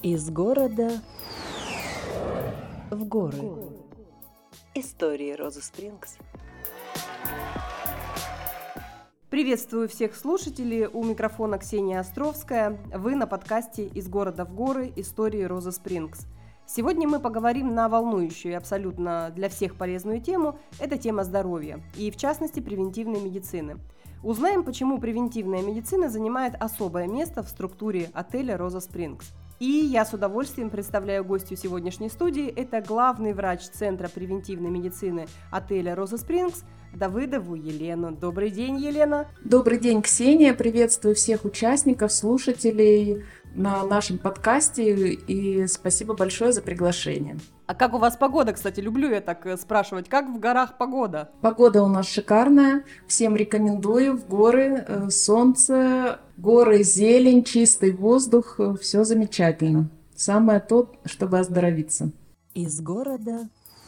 Из города в горы. Истории Розы Спрингс. Приветствую всех слушателей, у микрофона Ксения Островская. Вы на подкасте «Из города в горы. Истории Розы Спрингс». Сегодня мы поговорим на волнующую и абсолютно для всех полезную тему. Это тема здоровья и, в частности, превентивной медицины. Узнаем, почему превентивная медицина занимает особое место в структуре отеля «Роза Спрингс». И я с удовольствием представляю гостью сегодняшней студии. Это главный врач Центра превентивной медицины отеля «Роза Спрингс» Давыдову Елену. Добрый день, Елена. Добрый день, Ксения. Приветствую всех участников, слушателей на нашем подкасте и спасибо большое за приглашение. А как у вас погода, кстати? Люблю я так спрашивать. Как в горах погода? Погода у нас шикарная. Всем рекомендую в горы, солнце, горы, зелень, чистый воздух. Все замечательно. Самое то, чтобы оздоровиться. Из города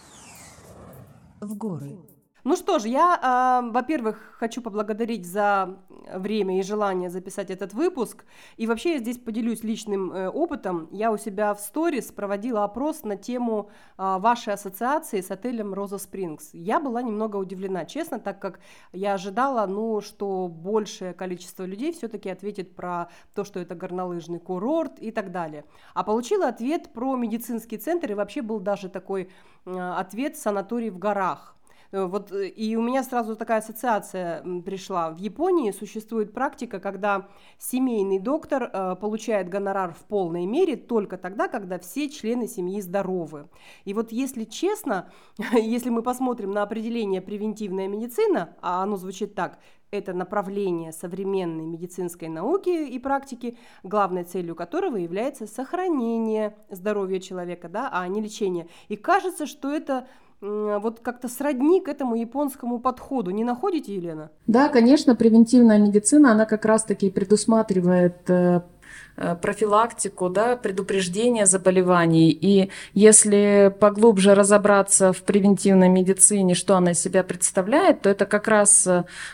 в горы. Ну что ж, я, во-первых, хочу поблагодарить за время и желание записать этот выпуск. И вообще я здесь поделюсь личным опытом. Я у себя в сторис проводила опрос на тему вашей ассоциации с отелем «Роза Спрингс». Я была немного удивлена, честно, так как я ожидала, что большее количество людей все-таки ответит про то, что это горнолыжный курорт и так далее. А получила ответ про медицинский центр, и вообще был даже такой ответ «санаторий в горах». Вот, и у меня сразу такая ассоциация пришла. В Японии существует практика, когда семейный доктор получает гонорар в полной мере только тогда, когда все члены семьи здоровы. И вот если честно, если мы посмотрим на определение «превентивная медицина», а оно звучит так: это направление современной медицинской науки и практики, главной целью которого является сохранение здоровья человека, а не лечение. И кажется, что это вот как-то сродни к этому японскому подходу. Не находите, Елена? Да, конечно, превентивная медицина, она как раз-таки предусматривает профилактику, предупреждение заболеваний. И если поглубже разобраться в превентивной медицине, что она из себя представляет, то это как раз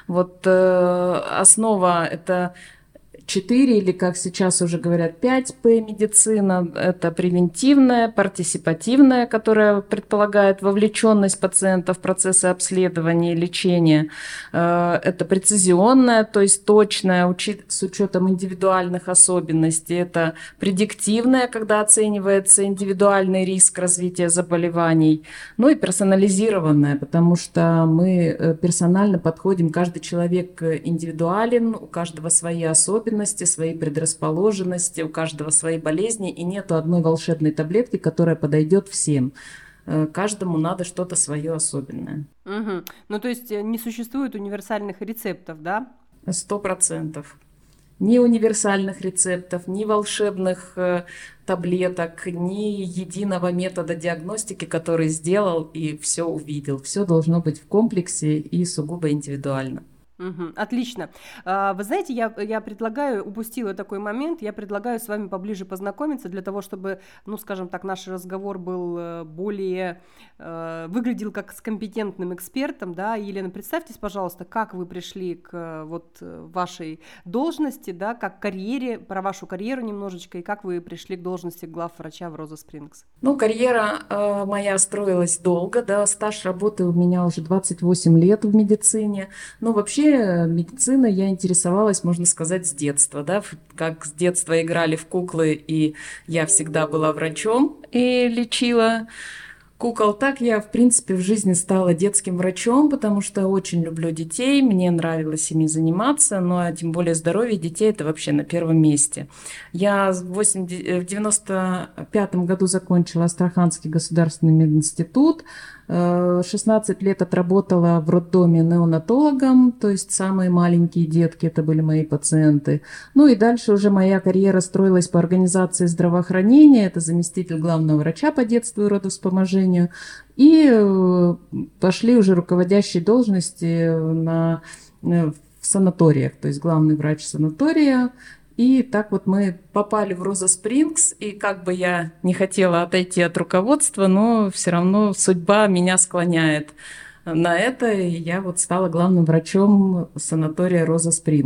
основа, это 4 или, как сейчас уже говорят, 5П медицина. Это превентивная, партисипативная, которая предполагает вовлеченность пациента в процессы обследования и лечения. Это прецизионная, то есть точная, с учетом индивидуальных особенностей. Это предиктивная, когда оценивается индивидуальный риск развития заболеваний. Ну и персонализированная, потому что мы персонально подходим, каждый человек индивидуален, у каждого свои особенности, свои предрасположенности, у каждого свои болезни, и нету одной волшебной таблетки, которая подойдет всем. Каждому надо что-то свое особенное. Угу. Ну, то есть не существует универсальных рецептов, да? 100%. Ни универсальных рецептов, ни волшебных таблеток, ни единого метода диагностики, который сделал и все увидел. Все должно быть в комплексе и сугубо индивидуально. Угу, отлично. Вы знаете, я предлагаю, упустила такой момент, я предлагаю с вами поближе познакомиться для того, чтобы, скажем так, наш разговор был более, выглядел как с компетентным экспертом, Елена, представьтесь, пожалуйста, как вы пришли к вашей должности, как к карьере, про вашу карьеру немножечко, и как вы пришли к должности главврача в «Роза Спрингс». Карьера моя строилась долго, стаж работы у меня уже 28 лет в медицине, вообще медициной я интересовалась, можно сказать, с детства, как с детства играли в куклы, и я всегда была врачом и лечила кукол, так я, в принципе, в жизни стала детским врачом, потому что очень люблю детей, мне нравилось ими заниматься, а тем более здоровье детей – это вообще на первом месте. Я в 95 году закончила Астраханский государственный мединститут, 16 лет отработала в роддоме неонатологом, то есть самые маленькие детки, это были мои пациенты. И дальше уже моя карьера строилась по организации здравоохранения, это заместитель главного врача по детству и родовспоможению. И пошли уже руководящие должности в санаториях, то есть главный врач санатория. И так мы попали в «Роза Спрингс», и как бы я не хотела отойти от руководства, но все равно судьба меня склоняет на это, и я стала главным врачом санатория «Роза Спрингс».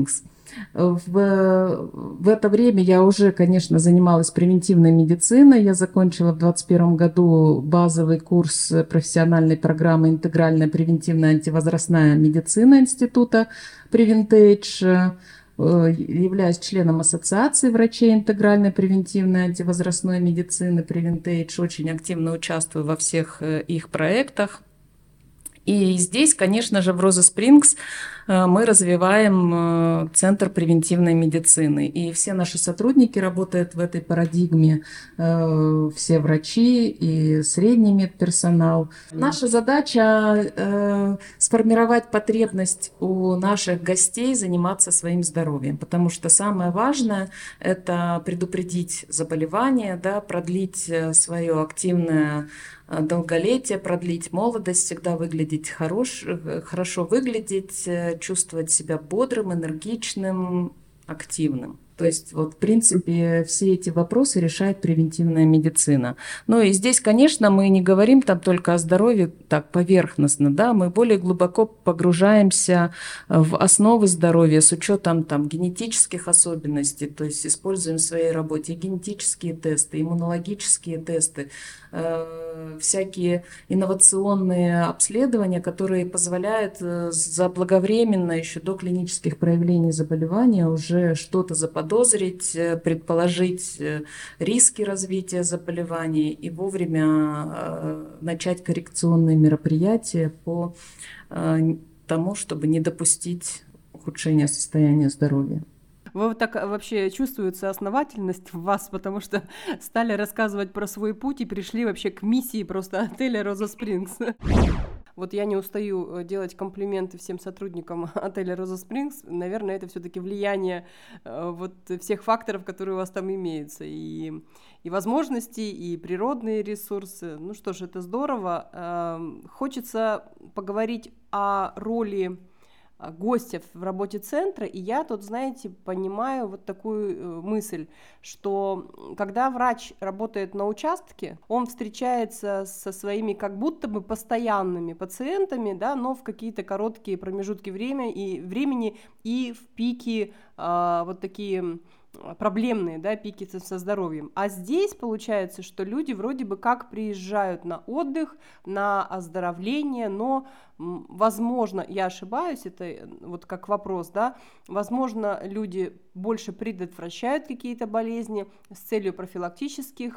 В это время я уже, конечно, занималась превентивной медициной. Я закончила в 2021 году базовый курс профессиональной программы «Интегральная превентивная антивозрастная медицина» Института Превентейдж. Являюсь членом Ассоциации врачей интегральной превентивной антивозрастной медицины Превентейдж. Очень активно участвую во всех их проектах. И здесь, конечно же, в Роза Спрингс мы развиваем Центр превентивной медицины. И все наши сотрудники работают в этой парадигме, все врачи и средний медперсонал. Наша задача сформировать потребность у наших гостей заниматься своим здоровьем, потому что самое важное – это предупредить заболевание, да, продлить свое активное долголетие, продлить молодость, всегда выглядеть хорошо выглядеть, чувствовать себя бодрым, энергичным, активным. То есть, вот, в принципе, все эти вопросы решает превентивная медицина. Ну и здесь, конечно, мы не говорим там только о здоровье так поверхностно, да, мы более глубоко погружаемся в основы здоровья с учетом там генетических особенностей, то есть используем в своей работе генетические тесты, иммунологические тесты, всякие инновационные обследования, которые позволяют заблаговременно, еще до клинических проявлений заболевания, уже что-то заподозрить, предположить риски развития заболеваний и вовремя начать коррекционные мероприятия по тому, чтобы не допустить ухудшения состояния здоровья. Вы вот так вообще чувствуется основательность в вас, потому что стали рассказывать про свой путь и пришли вообще к миссии просто отеля «Роза Спрингс». Вот я не устаю делать комплименты всем сотрудникам отеля «Роза Спрингс». Наверное, это все-таки влияние вот всех факторов, которые у вас там имеются. И возможности, и природные ресурсы. Ну что ж, это здорово. Хочется поговорить о роли гостя в работе центра, и я тут, знаете, понимаю вот такую мысль, что когда врач работает на участке, он встречается со своими как будто бы постоянными пациентами, да, но в какие-то короткие промежутки времени и в пике вот такие проблемные, да, пики со здоровьем. А здесь получается, что люди вроде бы как приезжают на отдых, на оздоровление, но, возможно, я ошибаюсь, это вот как вопрос, да, возможно, люди больше предотвращают какие-то болезни с целью профилактики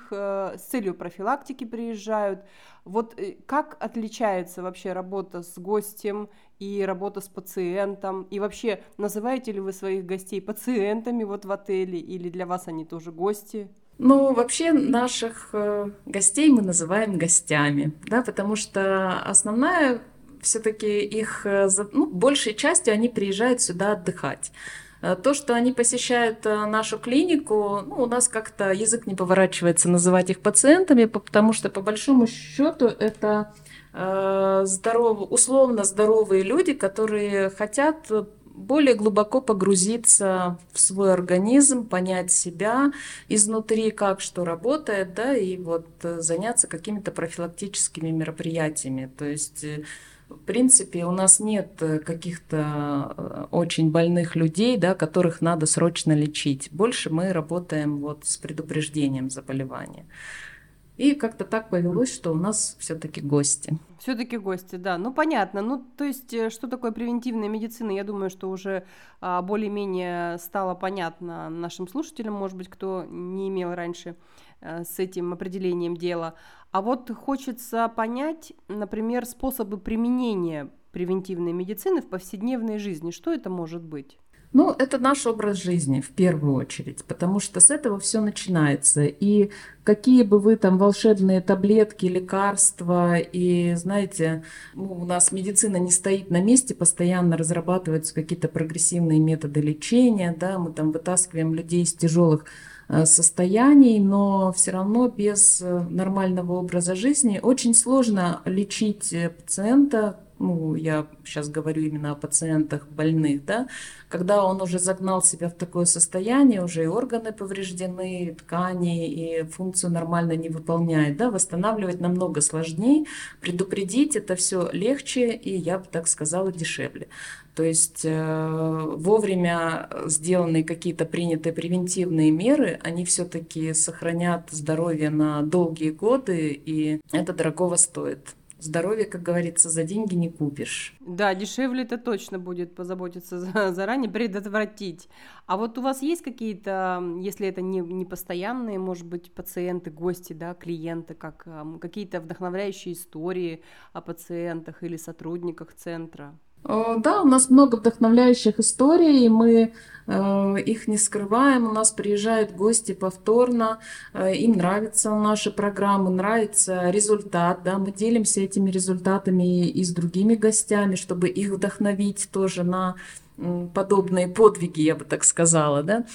приезжают. Вот как отличается вообще работа с гостем и работа с пациентом? И вообще, называете ли вы своих гостей пациентами вот в отеле, или для вас они тоже гости? Ну, вообще наших гостей мы называем гостями, да, потому что основная все-таки их, большей частью они приезжают сюда отдыхать. То, что они посещают нашу клинику, у нас как-то язык не поворачивается называть их пациентами, потому что по большому счету это условно здоровые люди, которые хотят более глубоко погрузиться в свой организм, понять себя изнутри, как что работает, да, и вот заняться какими-то профилактическими мероприятиями. То есть, в принципе, у нас нет каких-то очень больных людей, да, которых надо срочно лечить. Больше мы работаем вот с предупреждением заболевания. И как-то так повелось, что у нас все-таки гости. Все-таки гости, да. Ну, понятно. Ну, то есть, что такое превентивная медицина, я думаю, что уже более-менее стало понятно нашим слушателям, может быть, кто не имел раньше с этим определением дела. А вот хочется понять, например, способы применения превентивной медицины в повседневной жизни. Что это может быть? Ну, это наш образ жизни в первую очередь, потому что с этого все начинается. И какие бы вы там волшебные таблетки, лекарства, и знаете, у нас медицина не стоит на месте, постоянно разрабатываются какие-то прогрессивные методы лечения, да, мы там вытаскиваем людей из тяжелых состояний, но все равно без нормального образа жизни очень сложно лечить пациента, ну, я сейчас говорю именно о пациентах больных, да, когда он уже загнал себя в такое состояние, уже и органы повреждены, и ткани, и функцию нормально не выполняет, да, восстанавливать намного сложнее, предупредить это все легче и, я бы так сказала, дешевле. То есть вовремя сделанные какие-то принятые превентивные меры, они все-таки сохранят здоровье на долгие годы, и это дорогого стоит. Здоровье, как говорится, за деньги не купишь. Да, дешевле это точно будет позаботиться заранее, предотвратить. А вот у вас есть какие-то, если это не постоянные, может быть, пациенты, гости, да, клиенты, как какие-то вдохновляющие истории о пациентах или сотрудниках центра? Да, у нас много вдохновляющих историй, и мы их не скрываем. У нас приезжают гости повторно, им нравятся наши программы, нравится результат. Да, мы делимся этими результатами и с другими гостями, чтобы их вдохновить тоже на подобные подвиги, я бы так сказала. Да?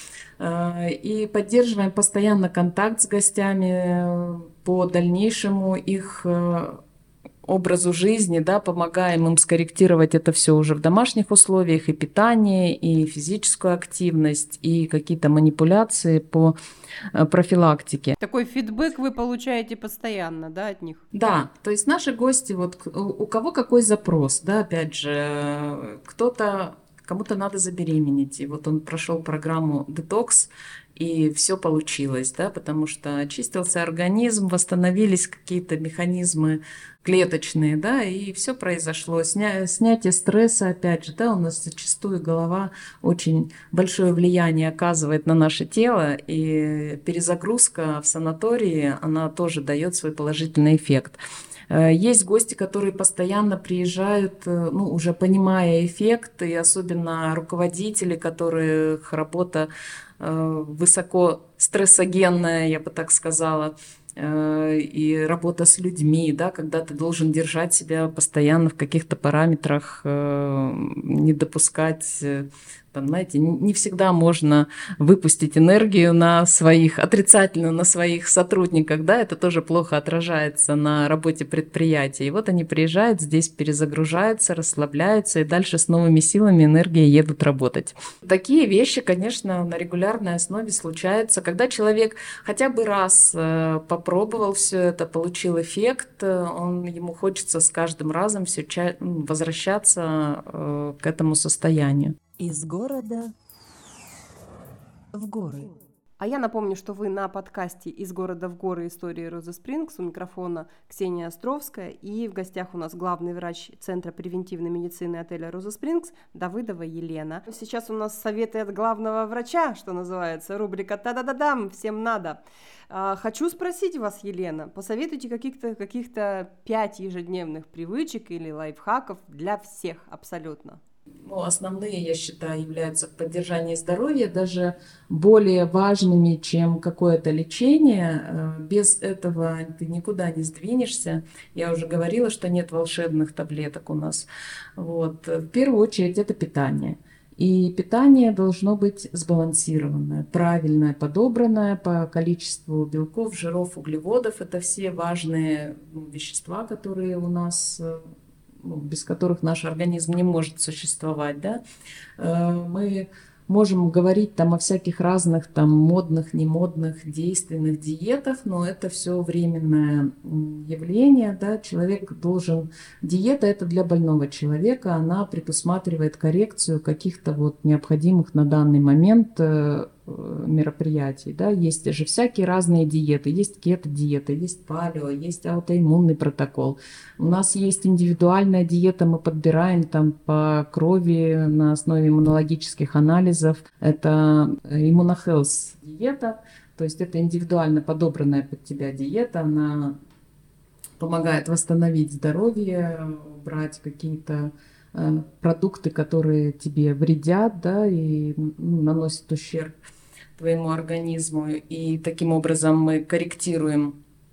И поддерживаем постоянно контакт с гостями по дальнейшему их образу жизни, да, помогаем им скорректировать это все уже в домашних условиях, и питание, и физическую активность, и какие-то манипуляции по профилактике. Такой фидбэк вы получаете постоянно, да, от них? Да, то есть наши гости, вот у кого какой запрос, да, опять же, кому-то надо забеременеть, и вот он прошел программу детокс, и все получилось, да, потому что очистился организм, восстановились какие-то механизмы клеточные, да, и все произошло. Снятие стресса, опять же, да, у нас зачастую голова очень большое влияние оказывает на наше тело, и перезагрузка в санатории, она тоже дает свой положительный эффект. Есть гости, которые постоянно приезжают, ну, уже понимая эффект, и особенно руководители, которых работа высоко стрессогенная, я бы так сказала, и работа с людьми, да, когда ты должен держать себя постоянно в каких-то параметрах, не допускать, там, знаете, не всегда можно выпустить энергию на своих, отрицательно на своих сотрудниках, да, это тоже плохо отражается на работе предприятия. И вот они приезжают, здесь перезагружаются, расслабляются, и дальше с новыми силами, энергией едут работать. Такие вещи, конечно, на регулярной основе случаются, когда человек хотя бы раз попробовал все это, получил эффект, ему хочется с каждым разом все возвращаться к этому состоянию. Из города в горы. А я напомню, что вы на подкасте «Из города в горы. Истории Розы Спрингс». У микрофона Ксения Островская. И в гостях у нас главный врач Центра превентивной медицины отеля «Роза Спрингс» Давыдова Елена. Сейчас у нас советы от главного врача, что называется, рубрика «Та-да-да-дам! Всем надо!». Хочу спросить вас, Елена, посоветуйте каких-то 5 ежедневных привычек или лайфхаков для всех абсолютно. Ну, основные, я считаю, являются в поддержании здоровья, даже более важными, чем какое-то лечение. Без этого ты никуда не сдвинешься. Я уже говорила, что нет волшебных таблеток у нас. Вот. В первую очередь это питание. И питание должно быть сбалансированное, правильное, подобранное по количеству белков, жиров, углеводов. Это все важные вещества, которые у нас, без которых наш организм не может существовать, да? Мы можем говорить там о всяких разных там модных, немодных, действенных диетах, но это все временное явление, да? Человек должен... Диета — это для больного человека, она предусматривает коррекцию каких-то вот необходимых на данный момент мероприятий, да, есть же всякие разные диеты, есть кето-диета, есть палео, есть аутоиммунный протокол. У нас есть индивидуальная диета, мы подбираем там по крови на основе иммунологических анализов. Это иммунохелс диета, то есть это индивидуально подобранная под тебя диета, она помогает восстановить здоровье, убрать какие-то продукты, которые тебе вредят, да, и наносят ущерб твоему организму. И таким образом мы корректируем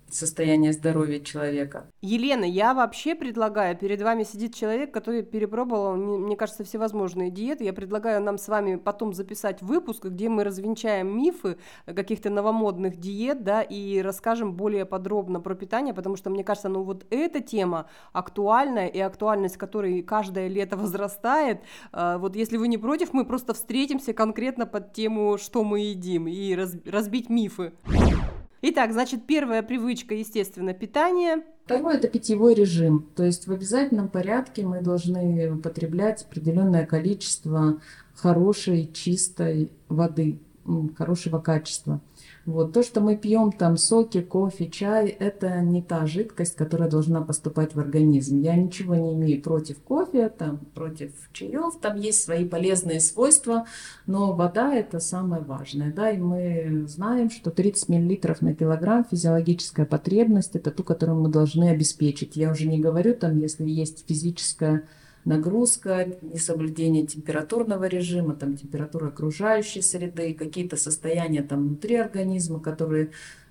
состояние здоровья человека. Елена, я вообще предлагаю, перед вами сидит человек, который перепробовал, мне кажется, всевозможные диеты. Я предлагаю нам с вами потом записать выпуск, где мы развенчаем мифы каких-то новомодных диет, да, и расскажем более подробно про питание, потому что, мне кажется, ну вот эта тема актуальная, и актуальность которой каждое лето возрастает. Вот если вы не против, мы просто встретимся конкретно под тему, что мы едим, и разбить мифы. Итак, значит, первая привычка, естественно, питание. Второе – это питьевой режим. То есть в обязательном порядке мы должны употреблять определенное количество хорошей, чистой воды, хорошего качества. Вот. То, что мы пьем там соки, кофе, чай, это не та жидкость, которая должна поступать в организм. Я ничего не имею против кофе, там, против чаев, там есть свои полезные свойства, но вода – это самое важное. Да? И мы знаем, что 30 мл на килограмм физиологическая потребность – это ту, которую мы должны обеспечить. Я уже не говорю, там, если есть физическая нагрузка, несоблюдение температурного режима, там, температура окружающей среды, какие-то состояния там, внутри организма, которые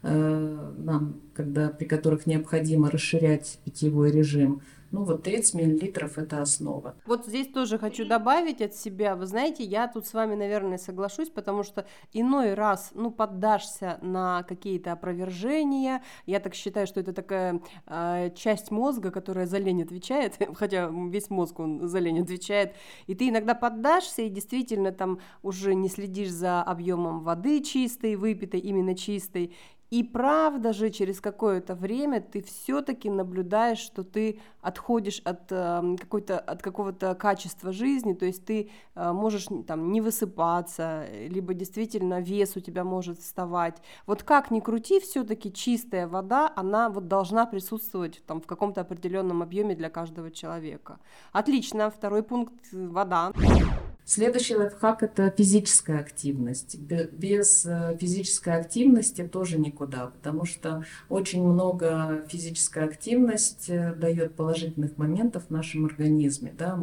при которых необходимо расширять питьевой режим. Ну вот 30 миллилитров – это основа. Вот здесь тоже хочу добавить от себя. Вы знаете, я тут с вами, наверное, соглашусь, потому что иной раз, поддашься на какие-то опровержения. Я так считаю, что это такая часть мозга, которая за лень отвечает, хотя весь мозг, он за лень отвечает. И ты иногда поддашься и действительно там уже не следишь за объемом воды чистой, выпитой, именно чистой. И правда же, через какое-то время ты все-таки наблюдаешь, что ты отходишь от какого-то качества жизни, то есть ты можешь там не высыпаться, либо действительно вес у тебя может вставать. Вот как ни крути, все-таки чистая вода, она вот должна присутствовать там в каком-то определенном объеме для каждого человека. Отлично, второй пункт – вода. Следующий лайфхак – это физическая активность. Без физической активности тоже никуда, потому что очень много физическая активность дает положительных моментов в нашем организме. Да?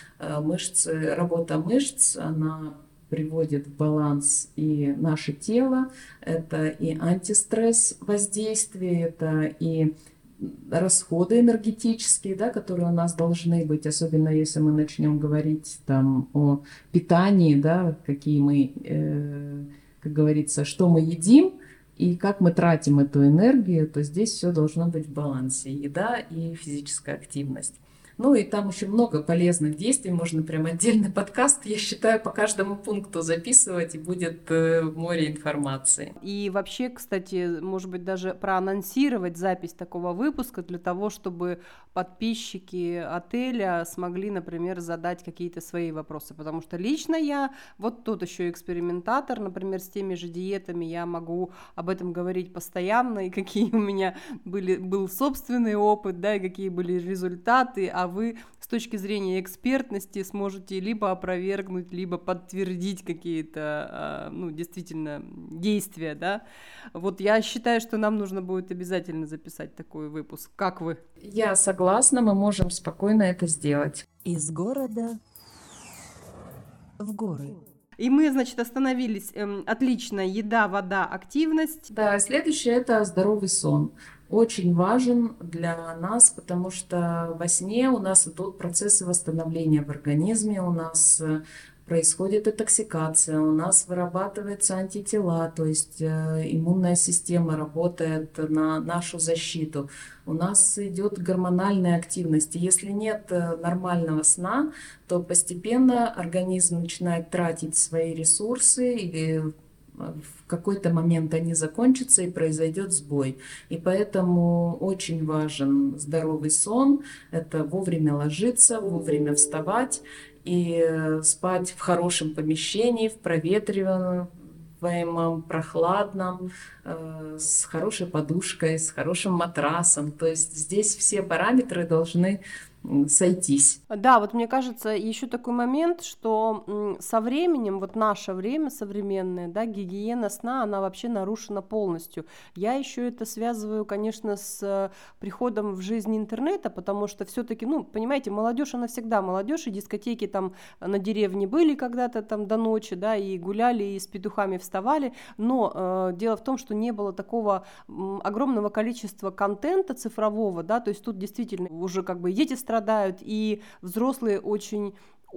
Работа мышц, она приводит в баланс и наше тело, это и антистресс воздействие, это и расходы энергетические, да, которые у нас должны быть, особенно если мы начнем говорить там о питании, да, какие мы, как говорится, что мы едим и как мы тратим эту энергию, то здесь все должно быть в балансе, еда и физическая активность. Ну и там еще много полезных действий, можно прям отдельный подкаст, я считаю, по каждому пункту записывать, и будет море информации. И вообще, кстати, может быть, даже проанонсировать запись такого выпуска для того, чтобы подписчики отеля смогли, например, задать какие-то свои вопросы, потому что лично я, вот тут еще экспериментатор, например, с теми же диетами, я могу об этом говорить постоянно, и какие у меня был собственный опыт, да, и какие были результаты, а вы с точки зрения экспертности сможете либо опровергнуть, либо подтвердить какие-то, действительно, действия, да. Вот я считаю, что нам нужно будет обязательно записать такой выпуск. Как вы? Я согласна, мы можем спокойно это сделать. Из города в горы. И мы, значит, остановились. Отлично, еда, вода, активность. Да, следующее – это здоровый сон. Очень важен для нас, потому что во сне у нас идут процессы восстановления в организме, у нас происходит детоксикация, у нас вырабатываются антитела, то есть иммунная система работает на нашу защиту. У нас идет гормональная активность. И если нет нормального сна, то постепенно организм начинает тратить свои ресурсы, или в какой-то момент они закончатся и произойдет сбой. И поэтому очень важен здоровый сон. Это вовремя ложиться, вовремя вставать и спать в хорошем помещении, в проветриваемом, прохладном, с хорошей подушкой, с хорошим матрасом. То есть здесь все параметры должны сойтись. Да, вот мне кажется, еще такой момент, что со временем, вот наше время современное, да, гигиена сна, она вообще нарушена полностью. Я еще это связываю, конечно, с приходом в жизнь интернета, потому что все-таки, ну, понимаете, молодежь, она всегда молодежь, и дискотеки там на деревне были когда-то там до ночи, да, и гуляли, и с петухами вставали, но дело в том, что не было такого огромного количества контента цифрового, да, то есть тут действительно уже как бы и дети страдают, и взрослые очень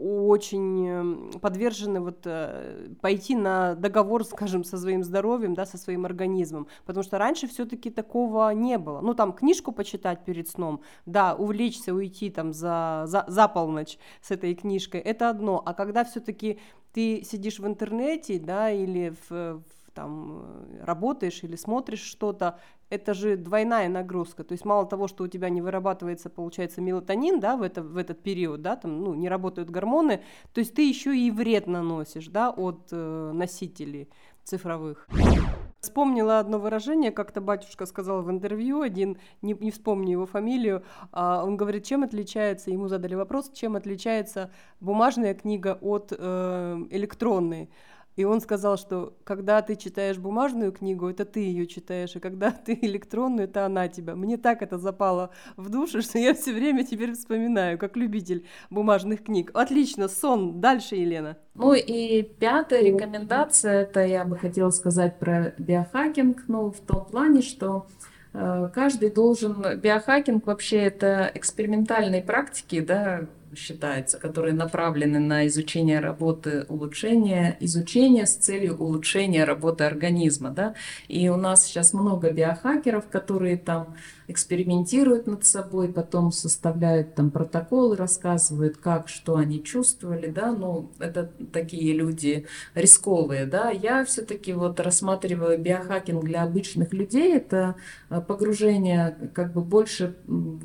подвержены вот пойти на договор, скажем, со своим здоровьем, да, со своим организмом, потому что раньше все-таки такого не было. Ну, там книжку почитать перед сном, да, увлечься, уйти там за полночь с этой книжкой, это одно, а когда все-таки ты сидишь в интернете, да, или там работаешь или смотришь что-то, это же двойная нагрузка. То есть мало того, что у тебя не вырабатывается, получается, мелатонин, да, в этот период, да, там, ну, не работают гормоны, то есть ты еще и вред наносишь, да, от носителей цифровых. Вспомнила одно выражение, как-то батюшка сказал в интервью, один, не вспомню его фамилию, он говорит, чем отличается, ему задали вопрос, чем отличается бумажная книга от электронной. И он сказал, что когда ты читаешь бумажную книгу, это ты ее читаешь, а когда ты электронную, это она тебя. Мне так это запало в душу, что я все время теперь вспоминаю, как любитель бумажных книг. Отлично, сон. Дальше, Елена. Ну и пятая рекомендация, это я бы хотела сказать про биохакинг, ну в том плане, что каждый должен... Биохакинг вообще это экспериментальные практики, да, считается, которые направлены на изучение работы, изучение с целью улучшения работы организма, да. И у нас сейчас много биохакеров, которые там экспериментируют над собой, потом составляют там протоколы, рассказывают, как, что они чувствовали, да, ну, это такие люди рисковые, да. Я все-таки вот рассматриваю биохакинг для обычных людей, это погружение как бы больше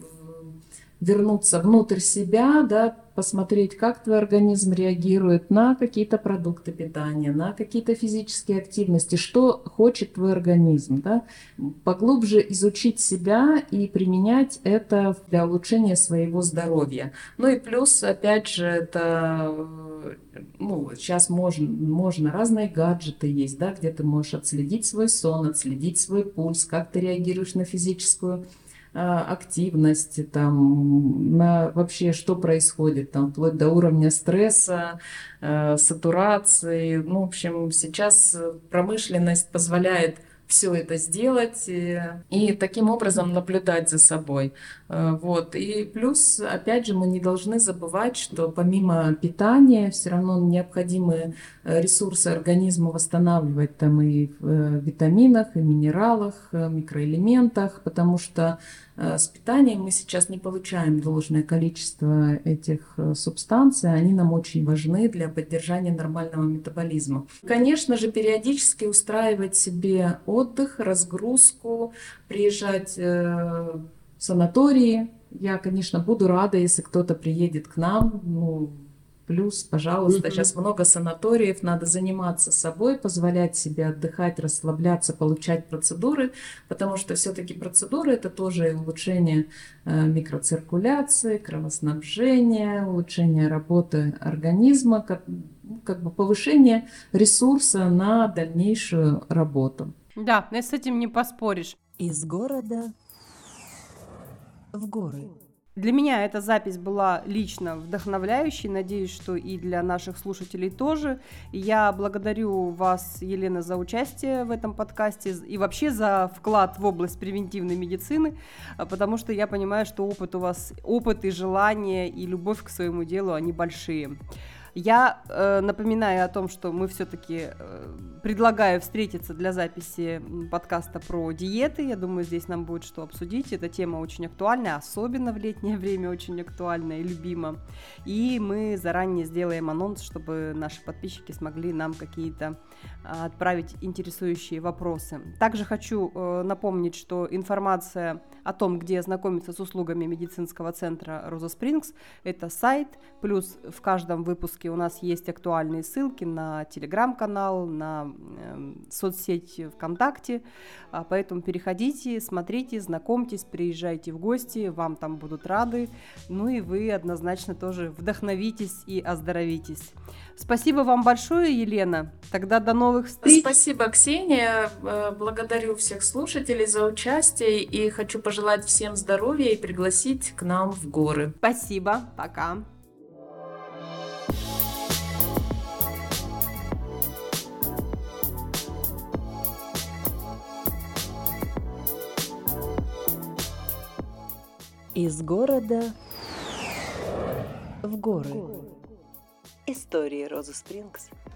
вернуться внутрь себя, да, посмотреть, как твой организм реагирует на какие-то продукты питания, на какие-то физические активности, что хочет твой организм, да, поглубже изучить себя и применять это для улучшения своего здоровья. Ну и плюс, опять же, это, ну, сейчас можно разные гаджеты есть, да, где ты можешь отследить свой сон, отследить свой пульс, как ты реагируешь на физическую активность, там, на вообще, что происходит, там, вплоть до уровня стресса, сатурации. Ну, в общем, сейчас промышленность позволяет все это сделать и таким образом наблюдать за собой. Вот. И плюс, опять же, мы не должны забывать, что помимо питания все равно необходимые ресурсы организма восстанавливать там и в витаминах, и минералах, микроэлементах, потому что с питанием мы сейчас не получаем должное количество этих субстанций, они нам очень важны для поддержания нормального метаболизма. Конечно же, периодически устраивать себе отдых, разгрузку, приезжать в санатории. Я, конечно, буду рада, если кто-то приедет к нам. Ну, плюс, пожалуйста, сейчас много санаториев, надо заниматься собой, позволять себе отдыхать, расслабляться, получать процедуры, потому что все-таки процедуры это тоже улучшение микроциркуляции, кровоснабжения, улучшение работы организма, как бы повышение ресурса на дальнейшую работу. Да, с этим не поспоришь. Из города в горы. Для меня эта запись была лично вдохновляющей, надеюсь, что и для наших слушателей тоже. Я благодарю вас, Елена, за участие в этом подкасте и вообще за вклад в область превентивной медицины, потому что я понимаю, что опыт и желание, и любовь к своему делу, они большие. Я напоминаю о том, что мы все-таки предлагаю встретиться для записи подкаста про диеты. Я думаю, здесь нам будет что обсудить. Эта тема очень актуальна, особенно в летнее время очень актуальна и любима. И мы заранее сделаем анонс, чтобы наши подписчики смогли нам какие-то отправить интересующие вопросы. Также хочу напомнить, что информация о том, где ознакомиться с услугами медицинского центра Роза Спрингс, это сайт, плюс в каждом выпуске у нас есть актуальные ссылки на телеграм-канал, на соцсеть ВКонтакте, поэтому переходите, смотрите, знакомьтесь, приезжайте в гости, вам там будут рады, ну и вы однозначно тоже вдохновитесь и оздоровитесь. Спасибо вам большое, Елена. Тогда до новых встреч. Спасибо, Ксения. Благодарю всех слушателей за участие и хочу пожелать всем здоровья и пригласить к нам в горы. Спасибо. Пока. Из города в горы. Истории Розы Спрингс